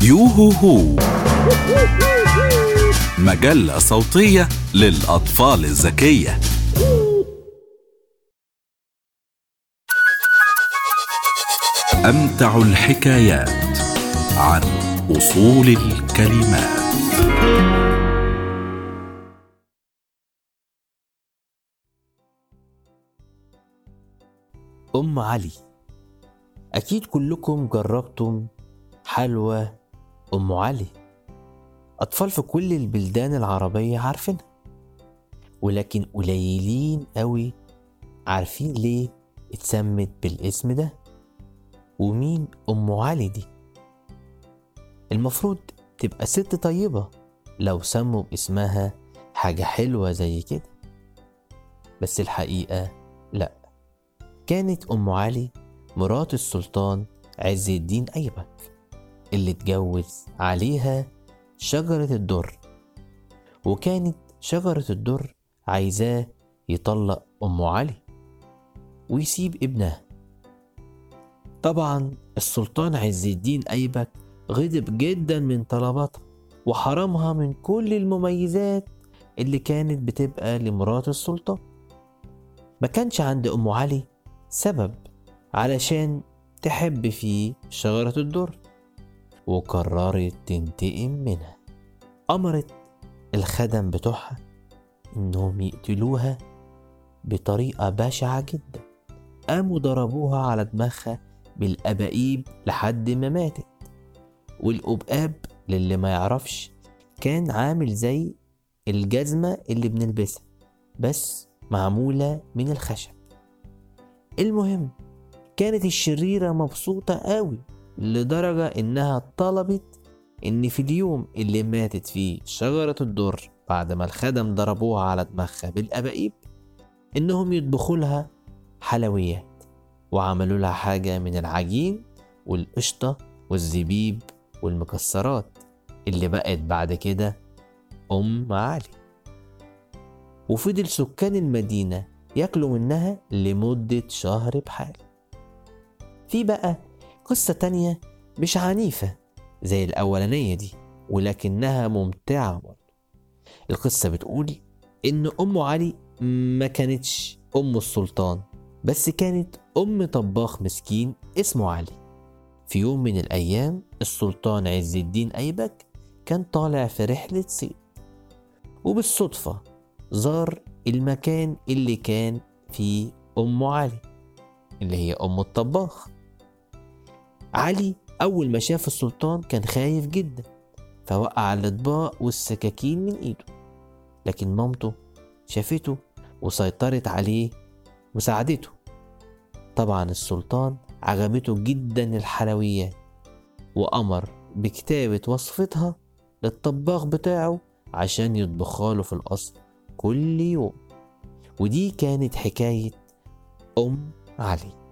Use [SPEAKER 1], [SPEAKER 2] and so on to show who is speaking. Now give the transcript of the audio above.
[SPEAKER 1] يوهو هو، مجلة صوتية للأطفال الذكية. أمتع الحكايات عن أصول الكلمات.
[SPEAKER 2] أم علي. أكيد كلكم جربتم حلوى أم علي. أطفال في كل البلدان العربية عارفينها، ولكن قليلين قوي عارفين ليه اتسمت بالاسم ده ومين أم علي دي. المفروض تبقى ست طيبة لو سموا باسمها حاجة حلوة زي كده، بس الحقيقة لأ. كانت أم علي مرات السلطان عز الدين أيبك اللي اتجوز عليها شجرة الدر، وكانت شجرة الدر عايزاه يطلق أم علي ويسيب ابنها. طبعا السلطان عز الدين أيبك غضب جدا من طلباتها وحرمها من كل المميزات اللي كانت بتبقى لمرات السلطان. ما كانش عند أم علي سبب علشان تحب في شجرة الدر، وقررت تنتقم منها. أمرت الخدم بتوعها إنهم يقتلوها بطريقة بشعة جدا. قاموا ضربوها على دماغها بالأبائيب لحد ما ماتت. والأبقاب للي ما يعرفش كان عامل زي الجزمة اللي بنلبسها بس معمولة من الخشب. المهم كانت الشريرة مبسوطة قوي لدرجة إنها طلبت إن في اليوم اللي ماتت فيه شجرة الدر بعد ما الخدم ضربوها على دماغها بالأبائيب إنهم يطبخوا لها حلويات، وعملوا لها حاجة من العجين والقشطة والزبيب والمكسرات اللي بقت بعد كده أم علي. وفضل سكان المدينة ياكلوا منها لمدة شهر بحال. في بقى قصة تانية مش عنيفة زي الأولانية دي، ولكنها ممتعة برضه. القصة بتقول إن أم علي ما كانتش أم السلطان، بس كانت أم طباخ مسكين اسمه علي. في يوم من الأيام السلطان عز الدين أيبك كان طالع في رحلة صيد، وبالصدفة زار المكان اللي كان فيه أم علي اللي هي أم الطباخ. علي أول ما شاف السلطان كان خايف جدا، فوقع الأطباق والسكاكين من إيده، لكن مامته شافته وسيطرت عليه وساعدته. طبعا السلطان عجبته جدا الحلويات، وأمر بكتابة وصفتها للطباخ بتاعه عشان يطبخها له في القصر كل يوم. ودي كانت حكاية أم علي.